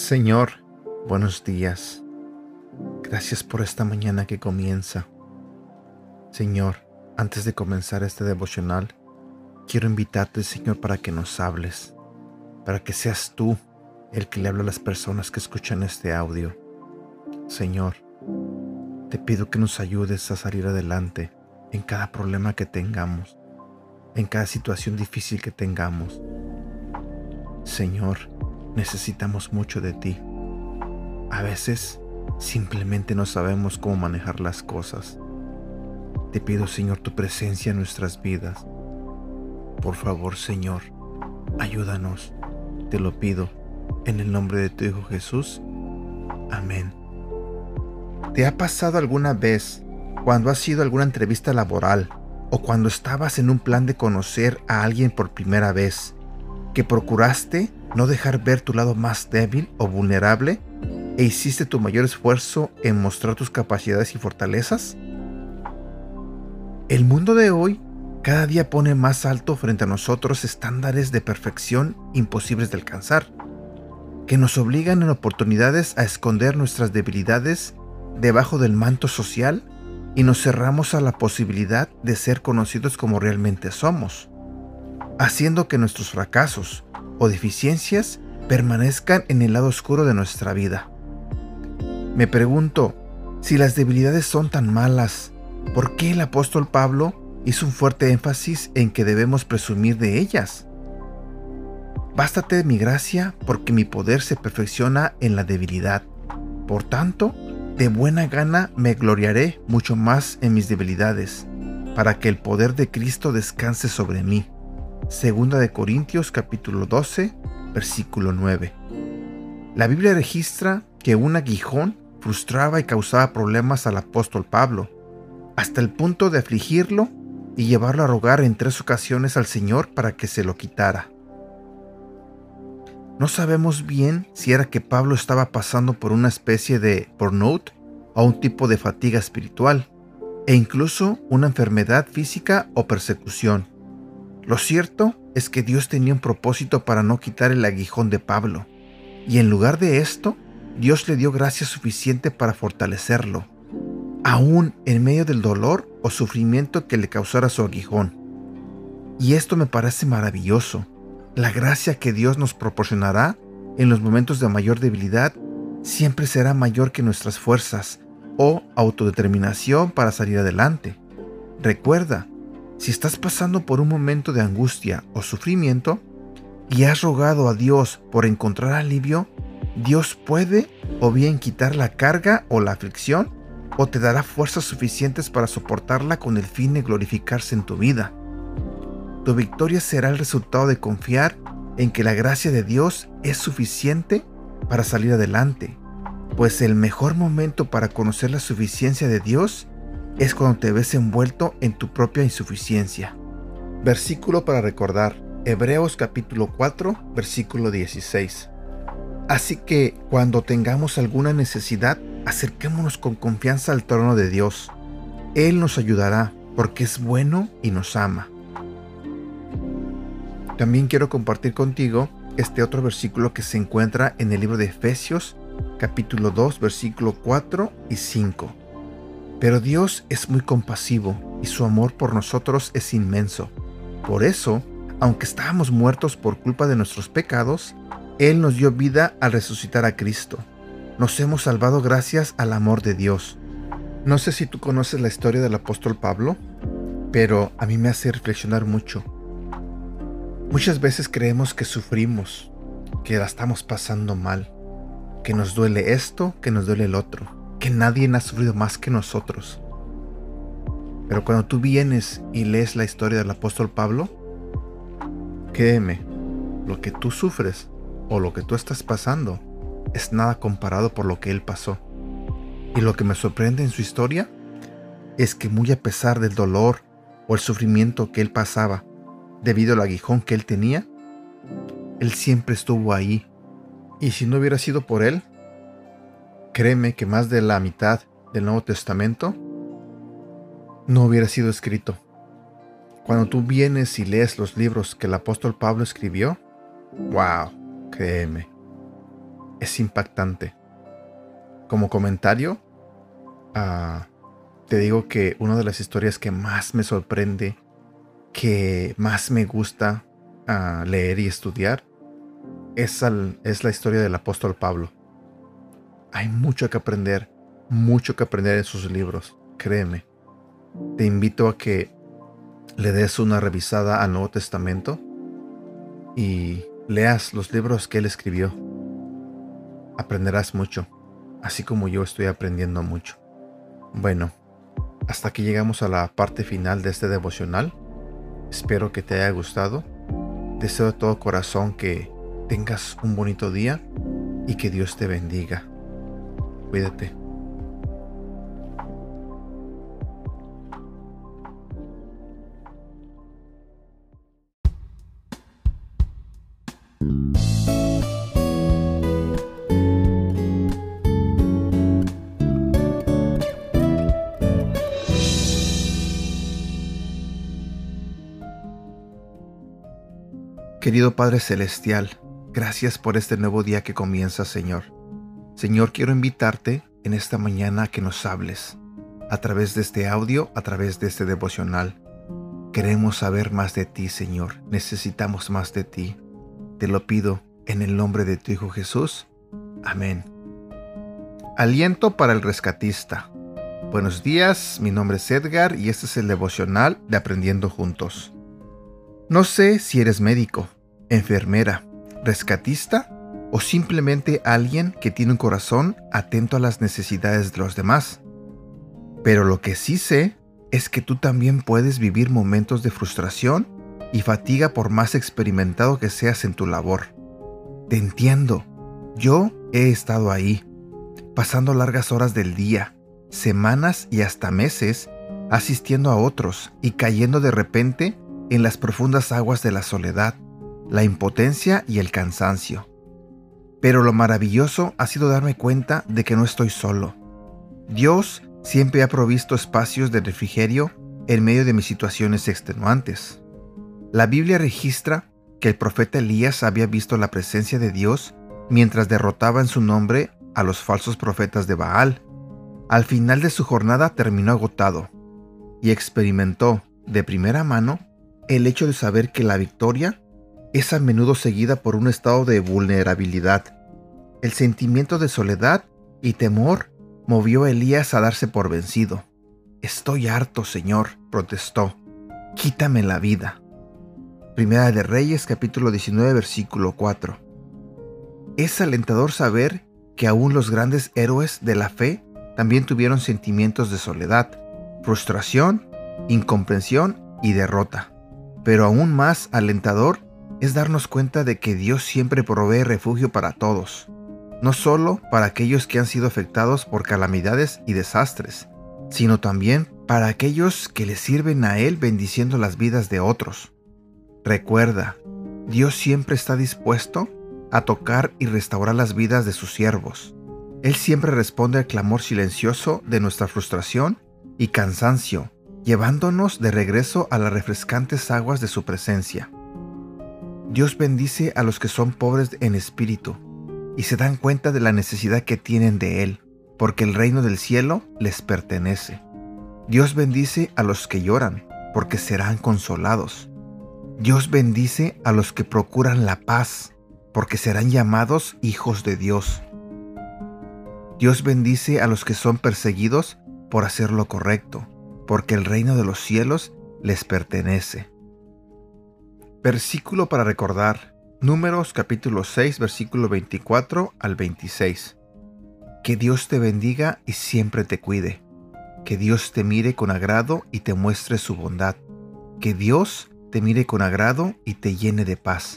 Señor, buenos días. Gracias por esta mañana que comienza. Señor, antes de comenzar este devocional, quiero invitarte, Señor, para que nos hables, para que seas tú el que le hable a las personas que escuchan este audio. Señor, te pido que nos ayudes a salir adelante en cada problema que tengamos, en cada situación difícil que tengamos. Señor, necesitamos mucho de ti. A veces simplemente no sabemos cómo manejar las cosas. Te pido, Señor, tu presencia en nuestras vidas. Por favor, Señor, ayúdanos. Te lo pido en el nombre de tu Hijo Jesús. Amén. ¿Te ha pasado alguna vez cuando has ido a alguna entrevista laboral o cuando estabas en un plan de conocer a alguien por primera vez, que procuraste no dejar ver tu lado más débil o vulnerable e hiciste tu mayor esfuerzo en mostrar tus capacidades y fortalezas? El mundo de hoy cada día pone más alto frente a nosotros estándares de perfección imposibles de alcanzar, que nos obligan en oportunidades a esconder nuestras debilidades debajo del manto social y nos cerramos a la posibilidad de ser conocidos como realmente somos, haciendo que nuestros fracasos o deficiencias permanezcan en el lado oscuro de nuestra vida. Me pregunto, si las debilidades son tan malas, ¿por qué el apóstol Pablo hizo un fuerte énfasis en que debemos presumir de ellas? Bástate de mi gracia, porque mi poder se perfecciona en la debilidad. Por tanto, de buena gana me gloriaré mucho más en mis debilidades, para que el poder de Cristo descanse sobre mí. Segunda de Corintios capítulo 12, versículo 9. La Biblia registra que un aguijón frustraba y causaba problemas al apóstol Pablo, hasta el punto de afligirlo y llevarlo a rogar en 3 ocasiones al Señor para que se lo quitara. No sabemos bien si era que Pablo estaba pasando por una especie de burnout o un tipo de fatiga espiritual, e incluso una enfermedad física o persecución. Lo cierto es que Dios tenía un propósito para no quitar el aguijón de Pablo, y en lugar de esto, Dios le dio gracia suficiente para fortalecerlo, aún en medio del dolor o sufrimiento que le causara su aguijón. Y esto me parece maravilloso. La gracia que Dios nos proporcionará en los momentos de mayor debilidad siempre será mayor que nuestras fuerzas o autodeterminación para salir adelante. Recuerda, si estás pasando por un momento de angustia o sufrimiento y has rogado a Dios por encontrar alivio, Dios puede o bien quitar la carga o la aflicción, o te dará fuerzas suficientes para soportarla con el fin de glorificarse en tu vida. Tu victoria será el resultado de confiar en que la gracia de Dios es suficiente para salir adelante, pues el mejor momento para conocer la suficiencia de Dios es cuando te ves envuelto en tu propia insuficiencia. Versículo para recordar: Hebreos capítulo 4, versículo 16. Así que cuando tengamos alguna necesidad, acerquémonos con confianza al trono de Dios. Él nos ayudará, porque es bueno y nos ama. También quiero compartir contigo este otro versículo que se encuentra en el libro de Efesios, capítulo 2, versículo 4 y 5. Pero Dios es muy compasivo y su amor por nosotros es inmenso. Por eso, aunque estábamos muertos por culpa de nuestros pecados, Él nos dio vida al resucitar a Cristo. Nos hemos salvado gracias al amor de Dios. No sé si tú conoces la historia del apóstol Pablo, pero a mí me hace reflexionar mucho. Muchas veces creemos que sufrimos, que la estamos pasando mal, que nos duele esto, que nos duele el otro, que nadie ha sufrido más que nosotros. Pero cuando tú vienes y lees la historia del apóstol Pablo, créeme, lo que tú sufres o lo que tú estás pasando es nada comparado por lo que él pasó. Y lo que me sorprende en su historia es que, muy a pesar del dolor o el sufrimiento que él pasaba debido al aguijón que él tenía, él siempre estuvo ahí. Y si no hubiera sido por él, créeme que más de la mitad del Nuevo Testamento no hubiera sido escrito. Cuando tú vienes y lees los libros que el apóstol Pablo escribió, wow, créeme, es impactante. Como comentario, te digo que una de las historias que más me sorprende, que más me gusta leer y estudiar, es la historia del apóstol Pablo. Hay mucho que aprender en sus libros, créeme. Te invito a que le des una revisada al Nuevo Testamento y leas los libros que él escribió. Aprenderás mucho, así como yo estoy aprendiendo mucho. Bueno, hasta aquí llegamos a la parte final de este devocional. Espero que te haya gustado. Deseo de todo corazón que tengas un bonito día y que Dios te bendiga. Cuídate. Querido Padre Celestial, gracias por este nuevo día que comienza, Señor. Señor, quiero invitarte en esta mañana a que nos hables, a través de este audio, a través de este devocional. Queremos saber más de ti, Señor. Necesitamos más de ti. Te lo pido en el nombre de tu Hijo Jesús. Amén. Aliento para el rescatista. Buenos días, mi nombre es Edgar y este es el devocional de Aprendiendo Juntos. No sé si eres médico, enfermera, rescatista o simplemente alguien que tiene un corazón atento a las necesidades de los demás. Pero lo que sí sé es que tú también puedes vivir momentos de frustración y fatiga por más experimentado que seas en tu labor. Te entiendo. Yo he estado ahí, pasando largas horas del día, semanas y hasta meses, asistiendo a otros y cayendo de repente en las profundas aguas de la soledad, la impotencia y el cansancio. Pero lo maravilloso ha sido darme cuenta de que no estoy solo. Dios siempre ha provisto espacios de refrigerio en medio de mis situaciones extenuantes. La Biblia registra que el profeta Elías había visto la presencia de Dios mientras derrotaba en su nombre a los falsos profetas de Baal. Al final de su jornada terminó agotado y experimentó de primera mano el hecho de saber que la victoria es a menudo seguida por un estado de vulnerabilidad. El sentimiento de soledad y temor movió a Elías a darse por vencido. «Estoy harto, Señor», protestó. «Quítame la vida». Primera de Reyes, capítulo 19, versículo 4. Es alentador saber que aún los grandes héroes de la fe también tuvieron sentimientos de soledad, frustración, incomprensión y derrota. Pero aún más alentador es darnos cuenta de que Dios siempre provee refugio para todos, no solo para aquellos que han sido afectados por calamidades y desastres, sino también para aquellos que le sirven a Él bendiciendo las vidas de otros. Recuerda, Dios siempre está dispuesto a tocar y restaurar las vidas de sus siervos. Él siempre responde al clamor silencioso de nuestra frustración y cansancio, llevándonos de regreso a las refrescantes aguas de su presencia. Dios bendice a los que son pobres en espíritu y se dan cuenta de la necesidad que tienen de Él, porque el reino del cielo les pertenece. Dios bendice a los que lloran, porque serán consolados. Dios bendice a los que procuran la paz, porque serán llamados hijos de Dios. Dios bendice a los que son perseguidos por hacer lo correcto, porque el reino de los cielos les pertenece. Versículo para recordar. Números capítulo 6, versículo 24 al 26. Que Dios te bendiga y siempre te cuide. Que Dios te mire con agrado y te muestre su bondad. Que Dios te mire con agrado y te llene de paz.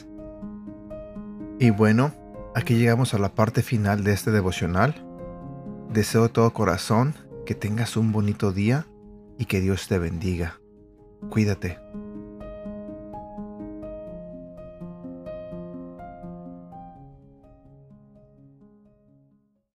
Y bueno, aquí llegamos a la parte final de este devocional. Deseo de todo corazón que tengas un bonito día y que Dios te bendiga. Cuídate.